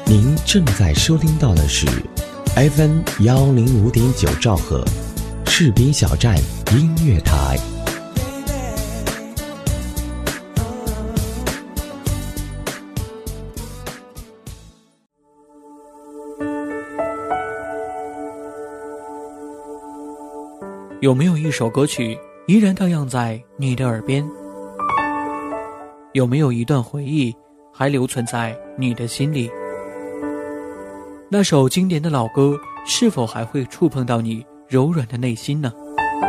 您正在收听到的是 FM 105.9兆赫士兵小站音乐台。 有没有一首歌曲依然荡漾在你的耳边？有没有一段回忆还留存在你的心里？那首经典的老歌是否还会触碰到你柔软的内心呢？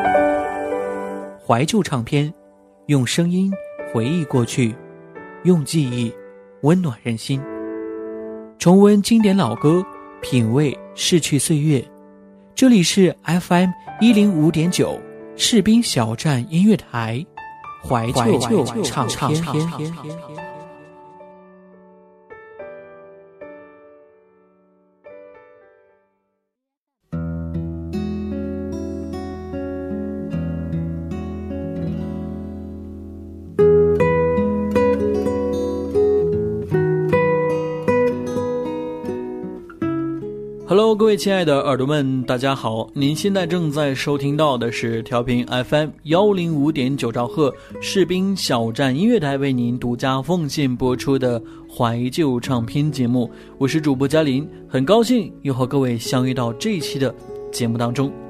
怀旧唱片，用声音回忆过去，用记忆温暖人心。重温经典老歌，品味逝去岁月。这里是 FM 105.9士兵小站音乐台，怀旧唱片。Hello， 各位亲爱的耳朵们，大家好！您现在正在收听到的是调频 FM 105.9兆赫士兵小站音乐台为您独家奉献播出的怀旧唱片节目，我是主播嘉林，很高兴又和各位相遇到这一期的节目当中。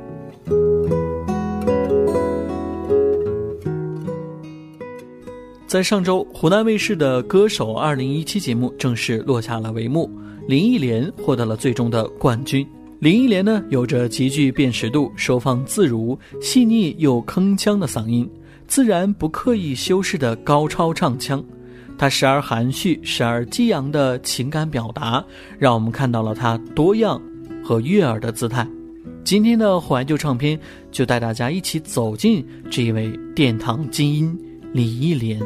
在上周，湖南卫视的歌手2017节目正式落下了帷幕，林忆莲获得了最终的冠军。林忆莲呢，有着极具辨识度、收放自如、细腻又铿锵的嗓音，自然不刻意修饰的高超唱腔。她时而含蓄，时而激昂的情感表达，让我们看到了她多样和悦耳的姿态。今天的怀旧唱片就带大家一起走进这一位殿堂金音林忆莲。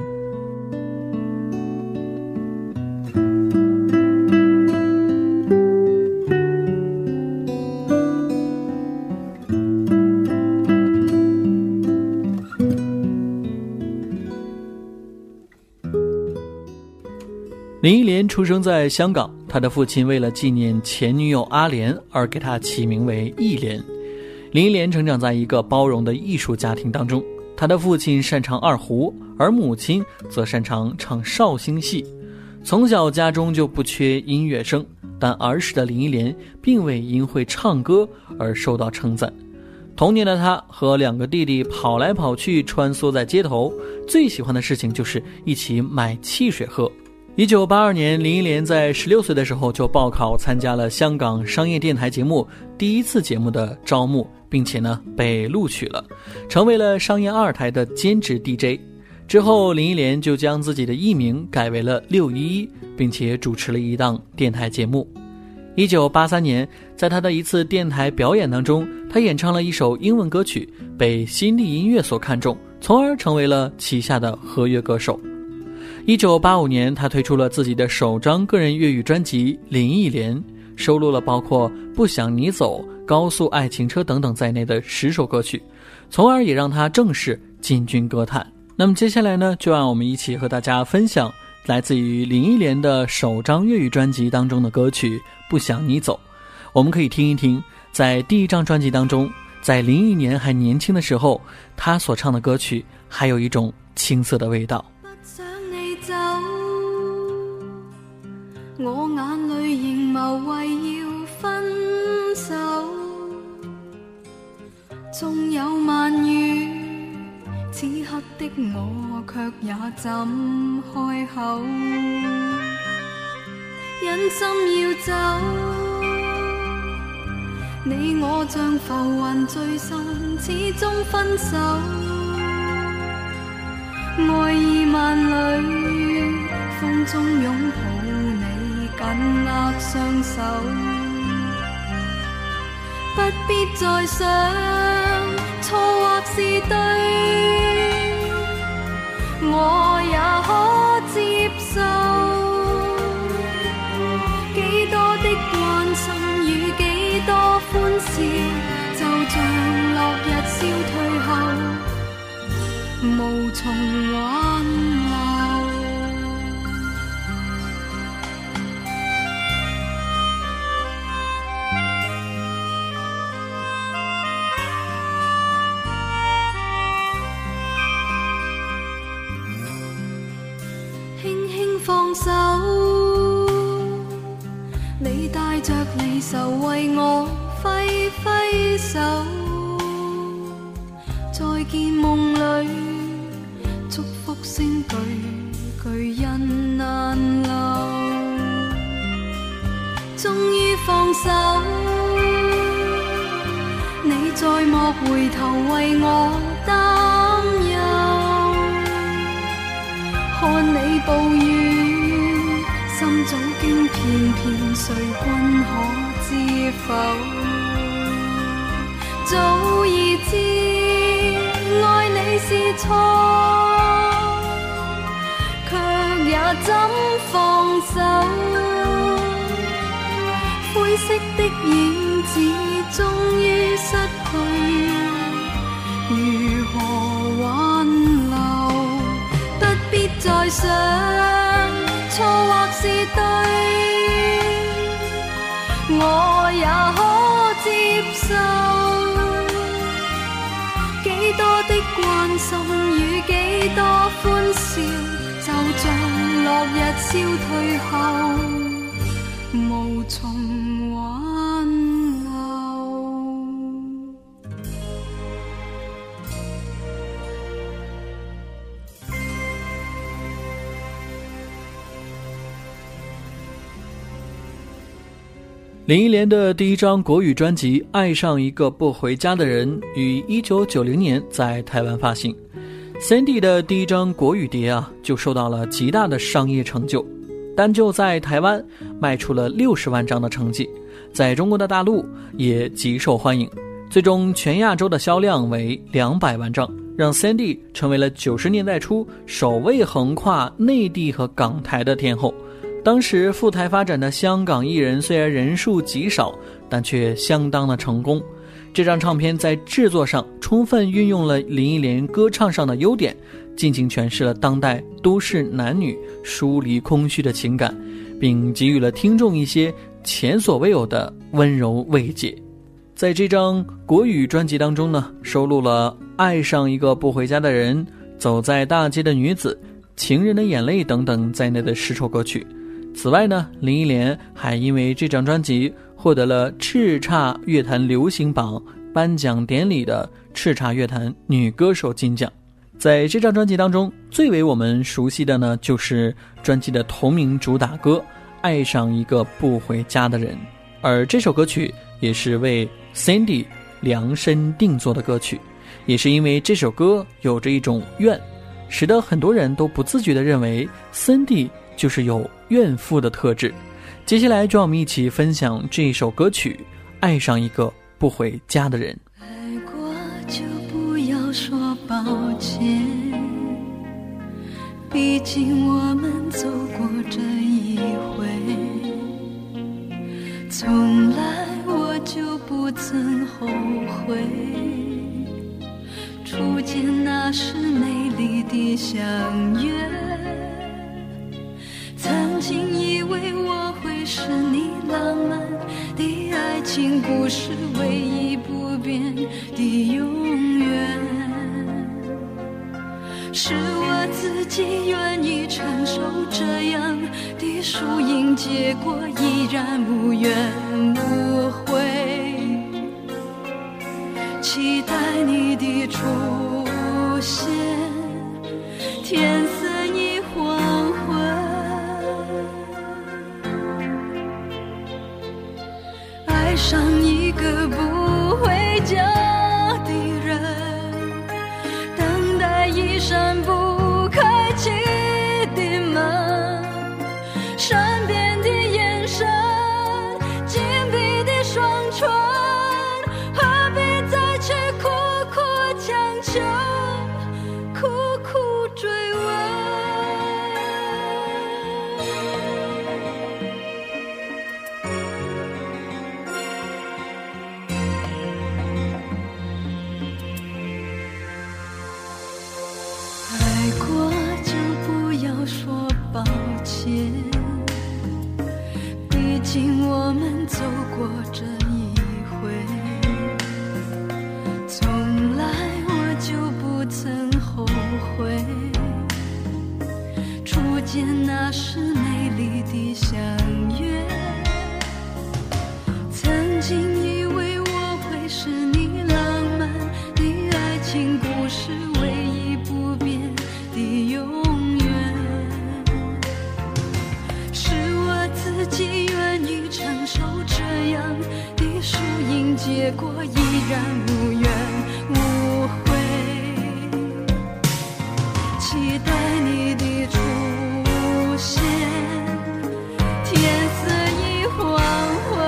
林忆莲出生在香港，他的父亲为了纪念前女友阿莲而给他起名为忆莲。林忆莲成长在一个包容的艺术家庭当中，他的父亲擅长二胡，而母亲则擅长唱绍兴戏。从小家中就不缺音乐生，但儿时的林忆莲并未因会唱歌而受到称赞。童年的他和两个弟弟跑来跑去，穿梭在街头，最喜欢的事情就是一起买汽水喝。1982年，林忆莲在16岁的时候就报考参加了香港商业电台节目第一次节目的招募，并且呢被录取了，成为了商业2台的兼职 DJ。 之后林忆莲就将自己的艺名改为了611，并且主持了一档电台节目。1983年，在他的一次电台表演当中，他演唱了一首英文歌曲，被新力音乐所看中，从而成为了旗下的合约歌手。1985年，他推出了自己的首张个人粤语专辑《林忆莲》，收录了包括《不想你走》、《高速爱情车》等等在内的10首歌曲，从而也让他正式进军歌坛。那么接下来呢，就让我们一起和大家分享来自于林忆莲的首张粤语专辑当中的歌曲《不想你走》。我们可以听一听，在第一张专辑当中，在林忆莲还年轻的时候，她所唱的歌曲还有一种青涩的味道。 我眼裏仍謀為要分手，縱有萬語，此刻的我卻也怎開口，忍心要走，你我像浮雲聚散，始終分手，愛意萬里，風中擁抱緊握雙手，不必再想錯或是對，我也可接受。幾多的關心與幾多歡笑，就像落日消退後，無從挽留。 放手，你帶着離愁為我揮揮手，再見夢裏祝福聲句句印難留，終於放手，你再莫回頭為我擔憂，看你抱怨心早經片片，誰君可知否？早已知愛你是錯，卻也怎放手？灰色的影子終於失去，如何挽留？不必再想錯或是對，我也可接受。幾多的關心與幾多歡笑，就像落日消退後無從挽留。 林忆莲的第一张国语专辑《爱上一个不回家的人》于1990年在台湾发行。Sandy 的第一张国语碟就受到了极大的商业成就，单就在台湾卖出了60万张的成绩，在中国的大陆也极受欢迎，最终全亚洲的销量为200万张，让 Sandy 成为了90年代初首位横跨内地和港台的天后。当时赴台发展的香港艺人虽然人数极少，但却相当的成功。这张唱片在制作上充分运用了林忆莲歌唱上的优点，尽情诠释了当代都市男女疏离空虚的情感，并给予了听众一些前所未有的温柔慰藉。在这张国语专辑当中呢，收录了《爱上一个不回家的人》、《走在大街的女子》、《情人的眼泪》等等在内的10首歌曲。此外呢，林忆莲还因为这张专辑获得了叱咤乐坛流行榜颁奖典礼的叱咤乐坛女歌手金奖。在这张专辑当中，最为我们熟悉的呢，就是专辑的同名主打歌《爱上一个不回家的人》，而这首歌曲也是为 Sandy 量身定做的歌曲。也是因为这首歌有着一种怨，使得很多人都不自觉地认为 Sandy 就是有怨妇的特质。接下来就让我们一起分享这首歌曲《爱上一个不回家的人》。 爱过就不要说抱歉，毕竟我们走过这一回，从来我就不曾后悔，初见那时美丽的相约，曾经以为我会是你浪漫的爱情故事唯一不变的永远，是我自己愿意承受这样的输赢结果，依然无怨无悔，期待你的出现，天色已黄昏，爱上一个不回家的人，等待一扇不开启的门，善变的眼神，紧闭的双唇，何必再去苦苦强求，苦苦追问。爱过就不要说抱歉，毕竟我们走过这一回，从来我就不曾后悔，初见那是美丽的相约。曾经以为我会是你浪漫的爱情故事唯一不变的永远，是我自己愿意承受这样的输赢结果，依然无怨无悔，期待你的出现，天色已黄昏，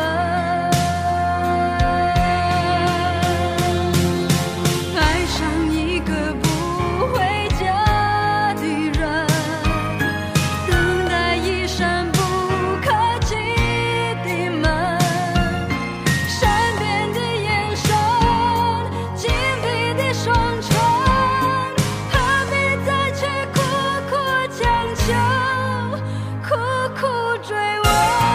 爱上一个不回家的人，等待一扇不开启的门，善变的眼神，紧闭的双唇，何必再去苦苦强求，苦苦追问。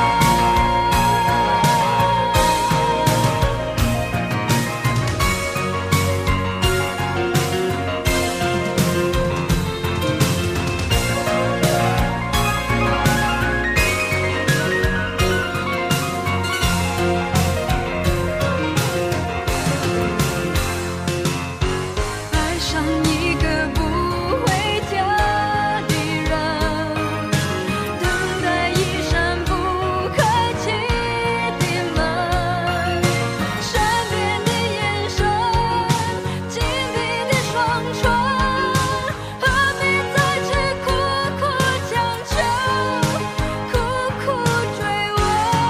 爱上一个不回家的人，等待一扇不开启的门，善变的眼神，紧闭的双唇，何必再去苦苦强求，苦苦追问。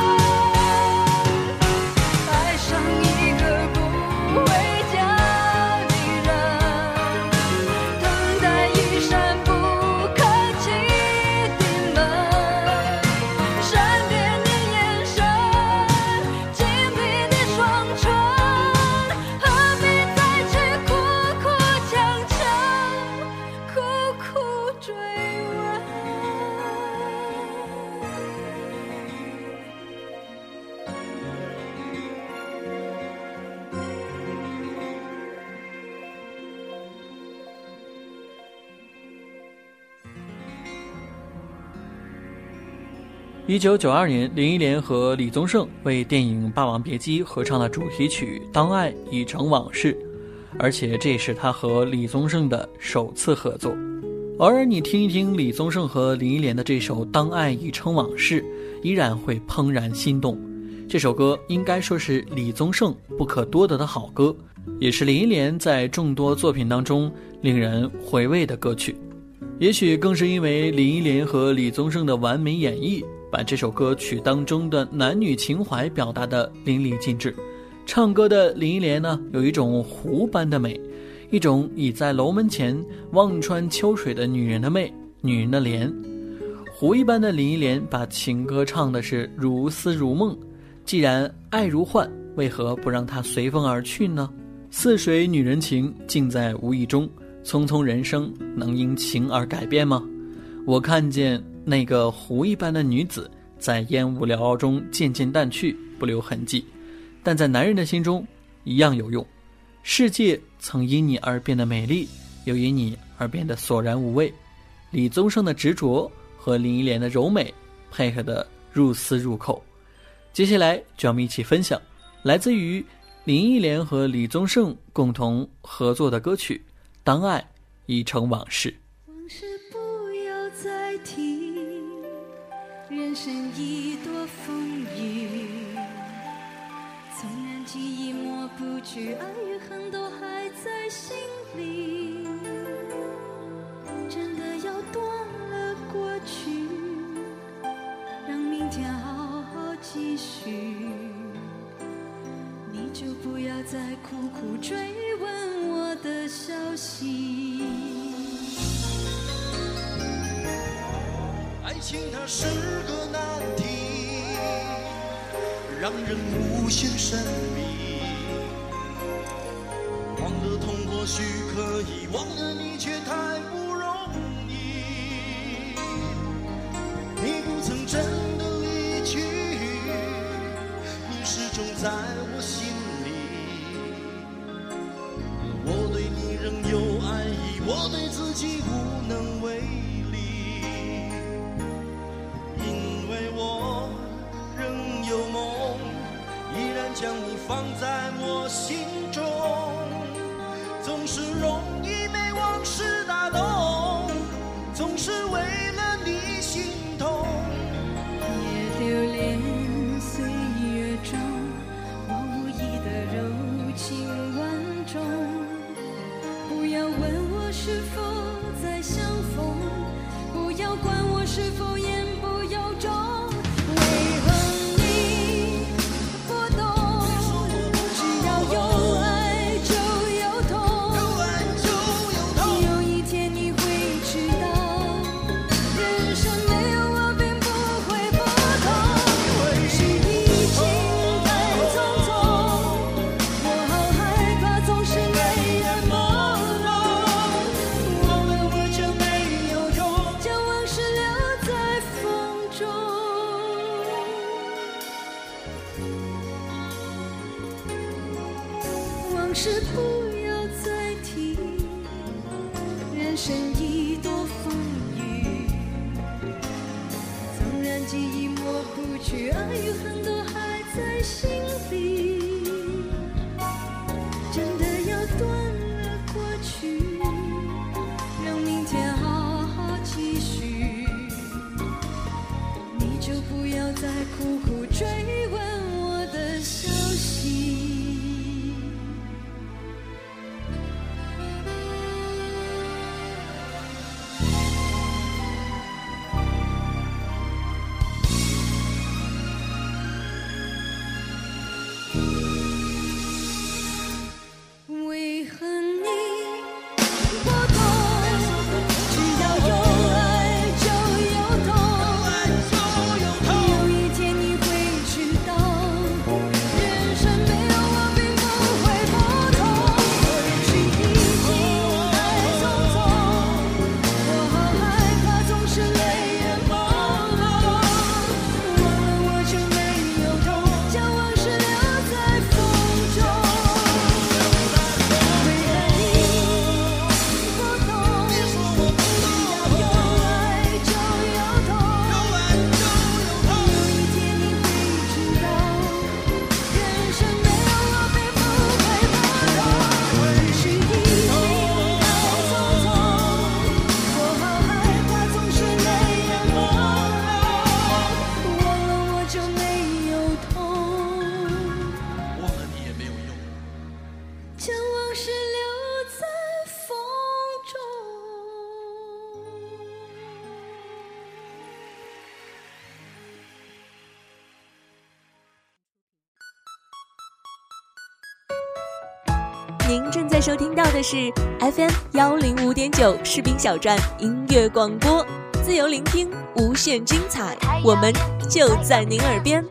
爱上一个不回家的人，等待一扇不开启的门，善变的眼神，紧闭的双唇，何必再去苦苦强求，苦苦追问。 1992年，林忆莲和李宗盛为电影《霸王别姬》合唱了主题曲《当爱已成往事》，而且这也是他和李宗盛的首次合作。偶尔你听一听李宗盛和林忆莲的这首《当爱已成往事》，依然会怦然心动。这首歌应该说是李宗盛不可多得的好歌，也是林忆莲在众多作品当中令人回味的歌曲。也许更是因为林忆莲和李宗盛的完美演绎，把这首歌曲当中的男女情怀表达得淋漓尽致。唱歌的林忆莲呢，有一种湖般的美，一种倚在楼门前望穿秋水的女人的媚，女人的怜。湖一般的林忆莲把情歌唱的是如丝如梦，既然爱如幻，为何不让它随风而去呢？似水女人情，尽在无意中，匆匆人生，能因情而改变吗？我看见那个湖一般的女子，在烟雾缭绕中渐渐淡去，不留痕迹，但在男人的心中一样有用。世界曾因你而变得美丽，又因你而变得索然无味。李宗盛的执着和林忆莲的柔美配合得入丝入扣。接下来就让我们一起分享来自于林忆莲和李宗盛共同合作的歌曲《当爱已成往事》。 往事不要再提，人生已多风雨，纵然记忆抹不去，爱与恨都还在心里，真的要断了过去，让明天好好继续，你就不要再苦苦追问我的消息。 爱情它是个难题，让人无限神秘，忘了痛或许可以，忘了你却太不容易。你不曾真的离去，你始终在我心里。我对你仍有爱意，我对自己无能为力。 往事不要再提，人生已多风雨，纵然记忆模糊，却爱有很多还在心里。真的要断了过去，让明天好好继续，你就不要再苦苦追问我的消息。为何你不懂？只要有爱就有痛，有一天你会知道，人生没有我并不会普通。或许已经太匆匆，我好害怕总是泪眼朦胧，忘了我就没有痛，将往事留在风中。将往事留在风中。 您正在收听到的是 FM105.9 士兵小站音乐广播，自由聆听，无限精彩，我们就在您耳边。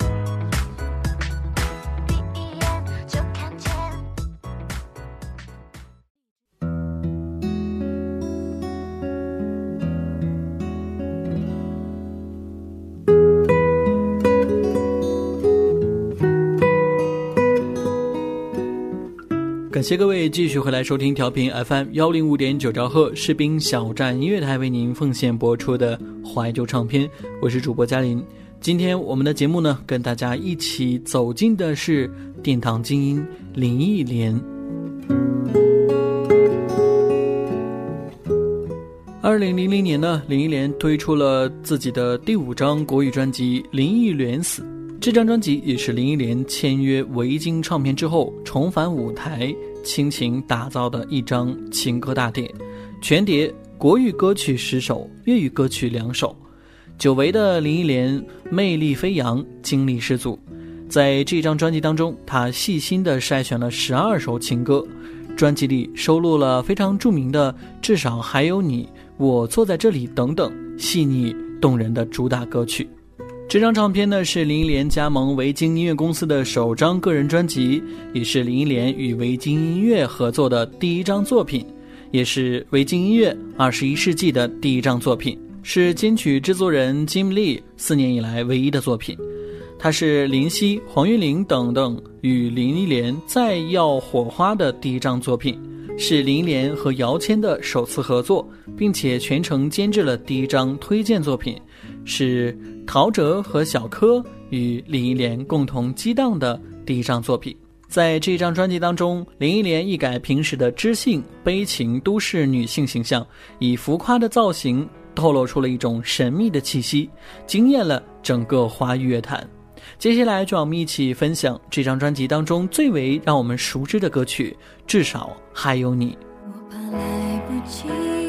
感谢各位继续回来收听调频 FM105.9 兆赫士兵小站音乐台为您奉献播出的怀旧唱片，我是主播嘉林。今天我们的节目呢，跟大家一起走进的是殿堂精英林忆莲。2000年呢，林忆莲推出了自己的第5张国语专辑《林忆莲死》。这张专辑也是林忆莲签约维京唱片之后重返舞台倾情打造的一张情歌大碟，全碟国语歌曲10首，粤语歌曲2首。久违的林忆莲魅力飞扬，精力十足。在这张专辑当中，她细心地筛选了12首情歌，专辑里收录了非常著名的《至少还有你》、《我坐在这里》等等细腻动人的主打歌曲。这张唱片呢，是林忆莲加盟维京音乐公司的首张个人专辑，也是林忆莲与维京音乐合作的第1张作品，也是维京音乐21世纪的第1张作品，是金曲制作人 Jim Lee 4年以来唯一的作品。它是林夕、黄韵玲等等与林忆莲再要火花的第1张作品，是林忆莲和姚谦的首次合作，并且全程监制了第1张推荐作品，是陶喆和小柯与林忆莲共同激荡的第1张作品。在这张专辑当中，林忆莲一改平时的知性悲情都市女性形象，以浮夸的造型透露出了一种神秘的气息，惊艳了整个华语乐坛。接下来就让我们一起分享这张专辑当中最为让我们熟知的歌曲《至少还有你》。 我怕来不及，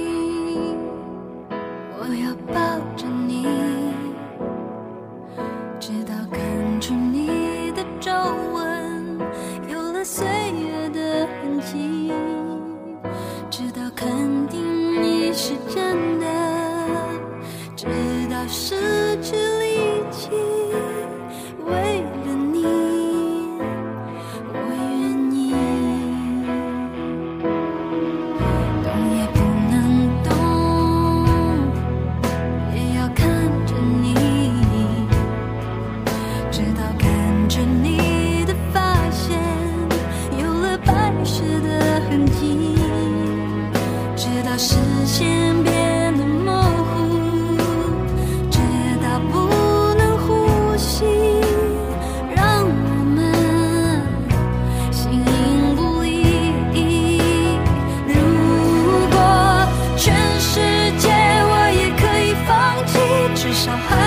我要抱着你，直到看出你的皱纹有了岁月的痕迹，直到肯定你是真的，直到失去力气，为了你我愿意，动也不能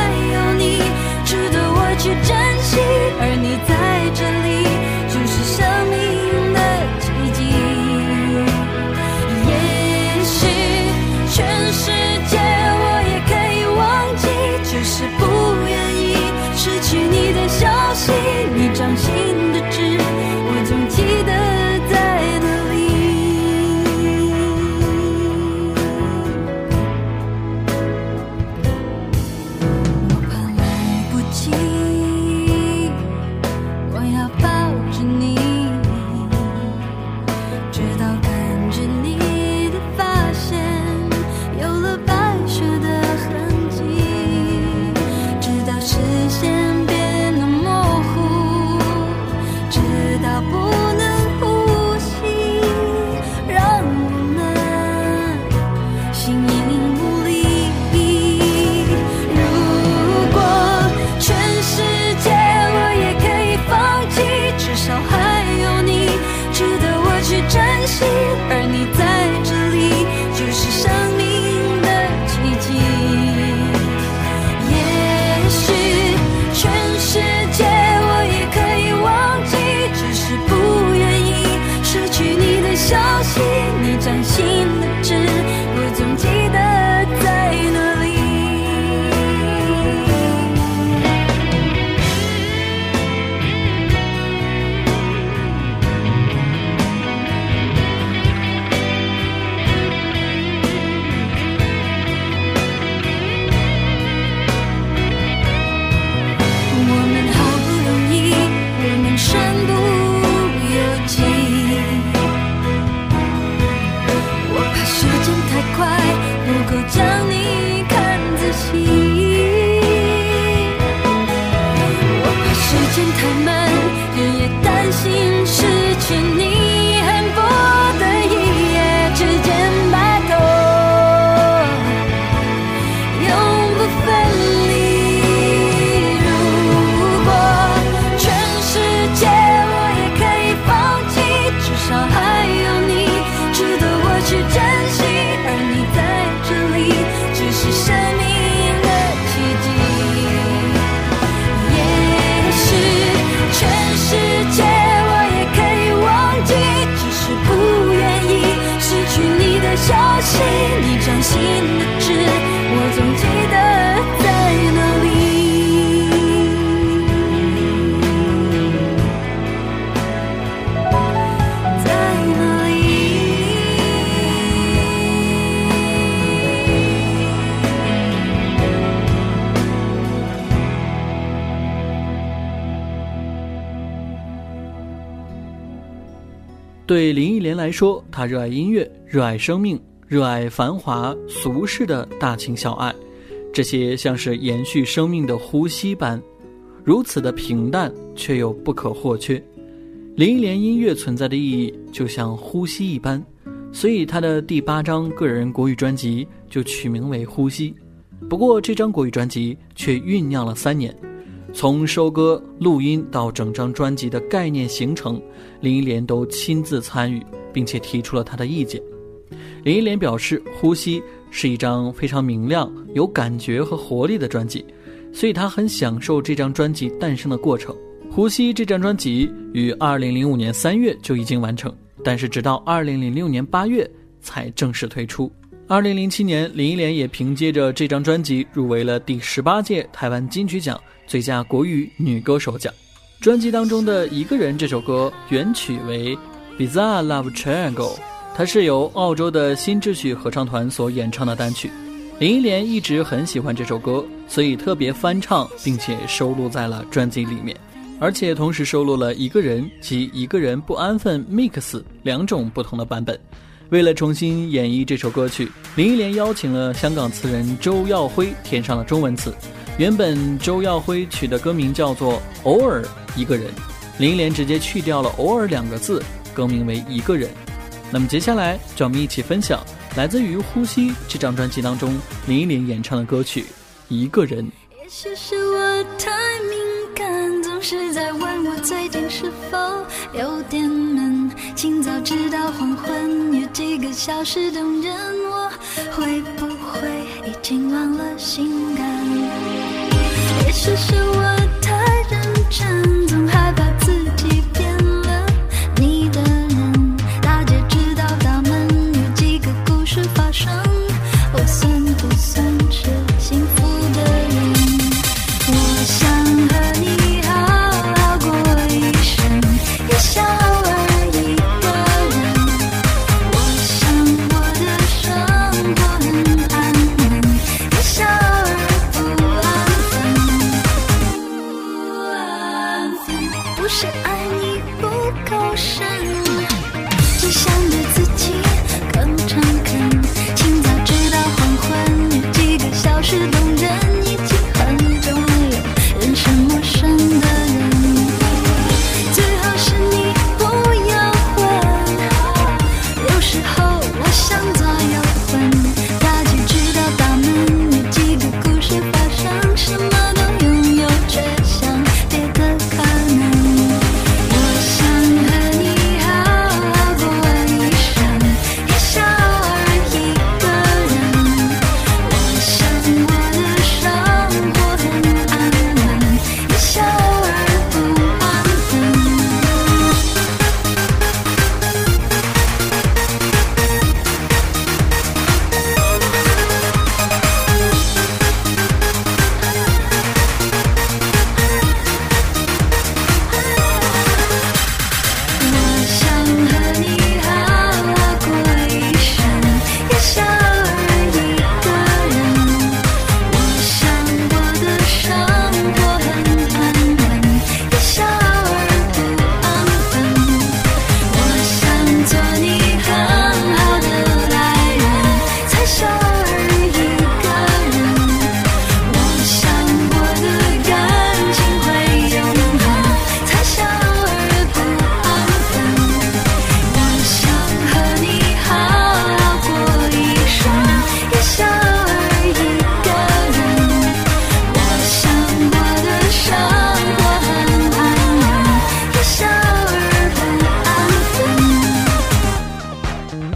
还有你值得我去珍惜，而你在这里就是生命的奇迹。也许全世界我也可以忘记，只是不愿意失去你的消息，你掌心的痣我总记得在哪里。我怕来不及，我要抱着你，直到看着你的发线有了白雪的痕迹，直到视线变得模糊，直到不能呼吸，让我们形影不离。如果全世界我也可以放弃，至少还有你值得我去珍惜，而你在这里就是生命的奇迹。也许全世界我也可以忘记，只是不愿意失去你的消息，你掌心的痣我总记得在哪里。我们好不容易，我们身不由己，我怕时间太快，不够将你看仔细，我怕时间太慢，日夜担心失去你，恨不得一夜之间白头，永不分离。如果全世界我也可以放弃，至少还有你值得我去珍惜，而你在这里只是生命的奇迹。也许全世界我也可以忘记，只是不愿意失去你的消息，你掌心的痣我总记得在哪里。在哪里？ 对林忆莲来说，她热爱音乐，热爱生命，热爱繁华俗世的大情小爱，这些像是延续生命的呼吸般，如此的平淡却又不可或缺。林忆莲音乐存在的意义就像呼吸一般，所以她的第8张个人国语专辑就取名为《呼吸》。不过这张国语专辑却酝酿了3年，从收歌、录音到整张专辑的概念形成，林忆莲都亲自参与，并且提出了她的意见。林忆莲表示，《呼吸》是一张非常明亮、有感觉和活力的专辑，所以她很享受这张专辑诞生的过程。《呼吸》这张专辑于2005年3月就已经完成，但是直到2006年8月才正式推出。2007年，林忆莲也凭借着这张专辑入围了第18届台湾金曲奖最佳国语女歌手奖。专辑当中的《一个人》这首歌原曲为 Bizarre Love Triangle， 它是由澳洲的新秩序合唱团所演唱的单曲。林忆莲一直很喜欢这首歌，所以特别翻唱并且收录在了专辑里面，而且同时收录了《一个人》及《一个人不安分 Mix》2种不同的版本。为了重新演绎这首歌曲，林忆莲邀请了香港词人周耀辉填上了中文词。原本周耀辉取的歌名叫做《偶尔一个人》，林忆莲直接去掉了“偶尔”2个字，更名为《一个人》。那么接下来就让我们一起分享来自于《呼吸》这张专辑当中林忆莲演唱的歌曲《一个人》。 也许是我太敏感，总是在问我最近是否有点闷，清早直到黄昏有几个小时等人，我会不会已经忘了性感？ 许是我太认真，总害怕自己变了你的人。大家知道大门有几个故事发生，我算不算是幸福的人？我想和你好好过一生，一笑而一个人。我想我的生活很安稳，一笑而不安分。不是爱你不够深，只想对自己更诚恳。清早直到黄昏，有几个小时动人，已经很久没有认识陌生的人。最好是你不要问，有时候我想左右分。大家知道大门有几个故事发生，什么都拥有，却想别的可能。我想和你好好过一生，一笑而一个人。我想我的生活很安稳，一笑而不安分。我想和你好好过一生，一笑而一个人。我想我的生活很安稳，一笑而不安分。我想做你很好的爱人，才笑而一个人。我想我的感情会永恒，才笑而不安分。我想和你好好过一生，一笑而一个人。我想我的生活很安稳，一笑而不安分。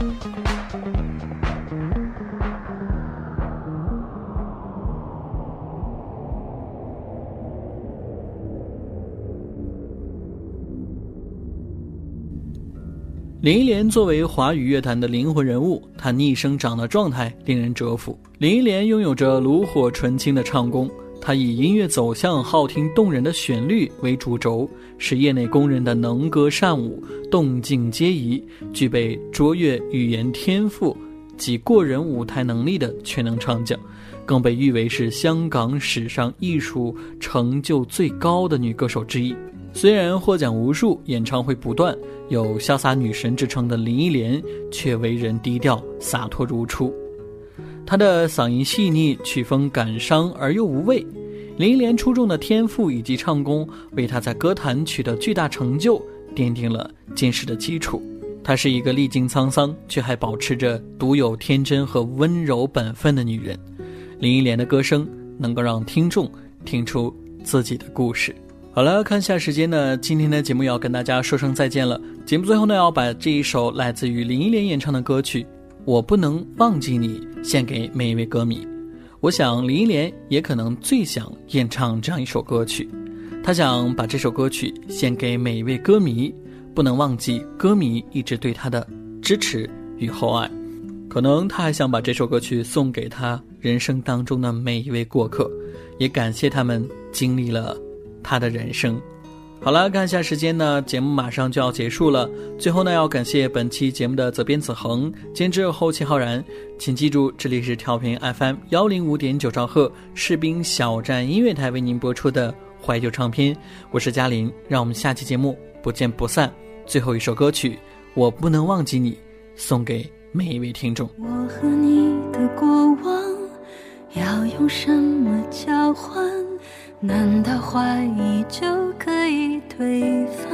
林忆莲作为华语乐坛的灵魂人物，她逆生长的状态令人折服。林忆莲拥有着炉火纯青的唱功，她以音乐走向、好听动人的旋律为主轴，是业内公认的能歌善舞，动静皆宜，具备卓越语言天赋及过人舞台能力的全能唱将，更被誉为是香港史上艺术成就最高的女歌手之一。虽然获奖无数，演唱会不断，有潇洒女神之称的林忆莲却为人低调洒脱如初。她的嗓音细腻，曲风感伤而又无味。林忆莲出众的天赋以及唱功为她在歌坛取得巨大成就奠定了坚实的基础。她是一个历经沧桑却还保持着独有天真和温柔本分的女人。林忆莲的歌声能够让听众听出自己的故事。好了，看下时间呢，今天的节目要跟大家说声再见了。节目最后呢，要把这一首来自于林忆莲演唱的歌曲《我不能忘记你》献给每一位歌迷。我想林忆莲也可能最想演唱这样一首歌曲，她想把这首歌曲献给每一位歌迷，不能忘记歌迷一直对她的支持与厚爱。可能她还想把这首歌曲送给她人生当中的每一位过客，也感谢他们经历了他的人生。好了，看一下时间呢，节目马上就要结束了。最后呢，要感谢本期节目的责编子恒，监制后期浩然。请记住，这里是调频 FM105.9兆赫士兵小站音乐台为您播出的怀旧唱片，我是嘉林，让我们下期节目不见不散。最后一首歌曲《我不能忘记你》送给每一位听众。 我和你的过往要用什么交换？难道怀疑就可以推翻？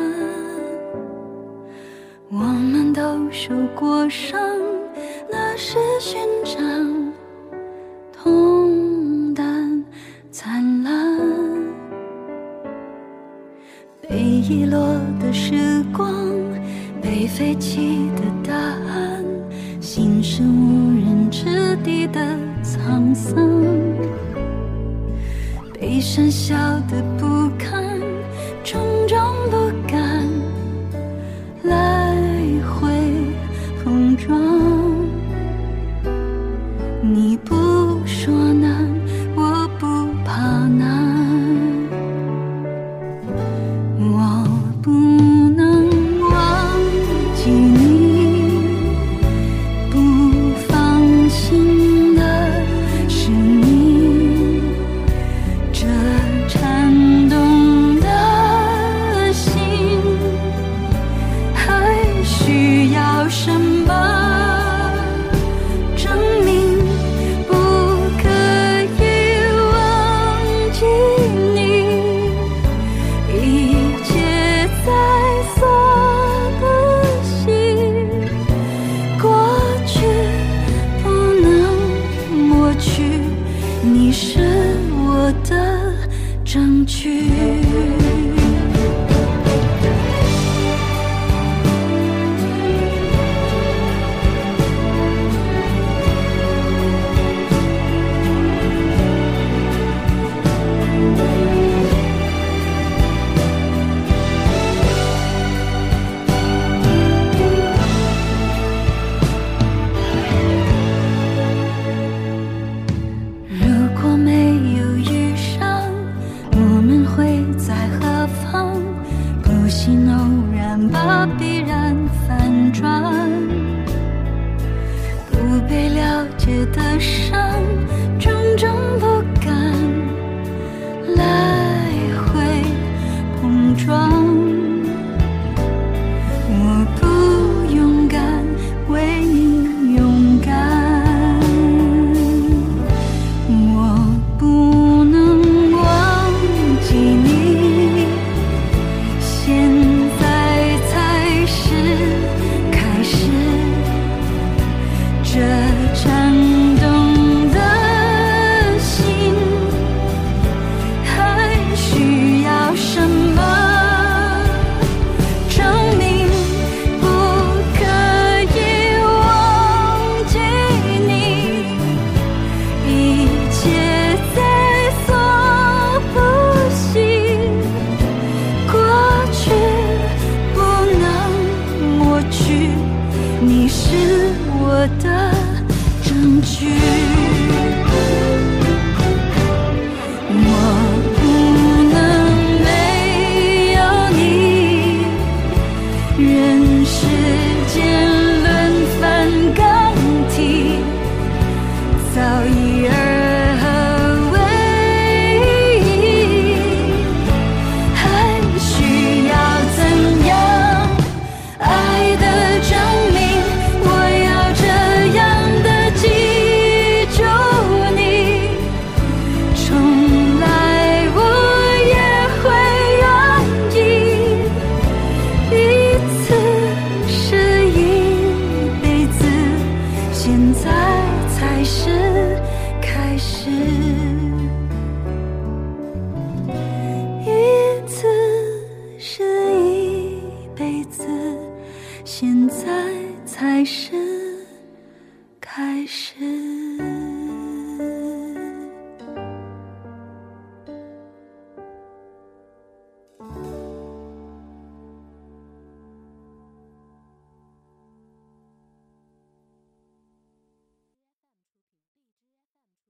我们都受过伤，那是勋章，痛淡灿烂。被遗落的时光，被废弃的答案，心是无人之地的沧桑。被声笑得不堪，种种不甘，来回碰撞。你不说难，我不怕难，我不能忘记你，不放心的是你，这颤动的心还需要什么证明？不可以忘记你，一切在所不惜，过去不能抹去，你是我的证据。如果没有遇上，我们会在何方？不幸偶然把必然反转，不被了解的伤，种种不甘，来回碰撞。我不勇敢，为你勇敢，我不能忘记你，现在才是开始，这颤动的心还需要什么证明？不可以忘记你，一切在所不惜，过去不能抹去，你是我的证据。我不能没有你，任世间轮番更替，早已而合为一，还需要怎样爱的证明？我要这样的记住你，重来我也会愿意，一次是一辈子，现在才是开始，一次是一辈子，现在才是开始。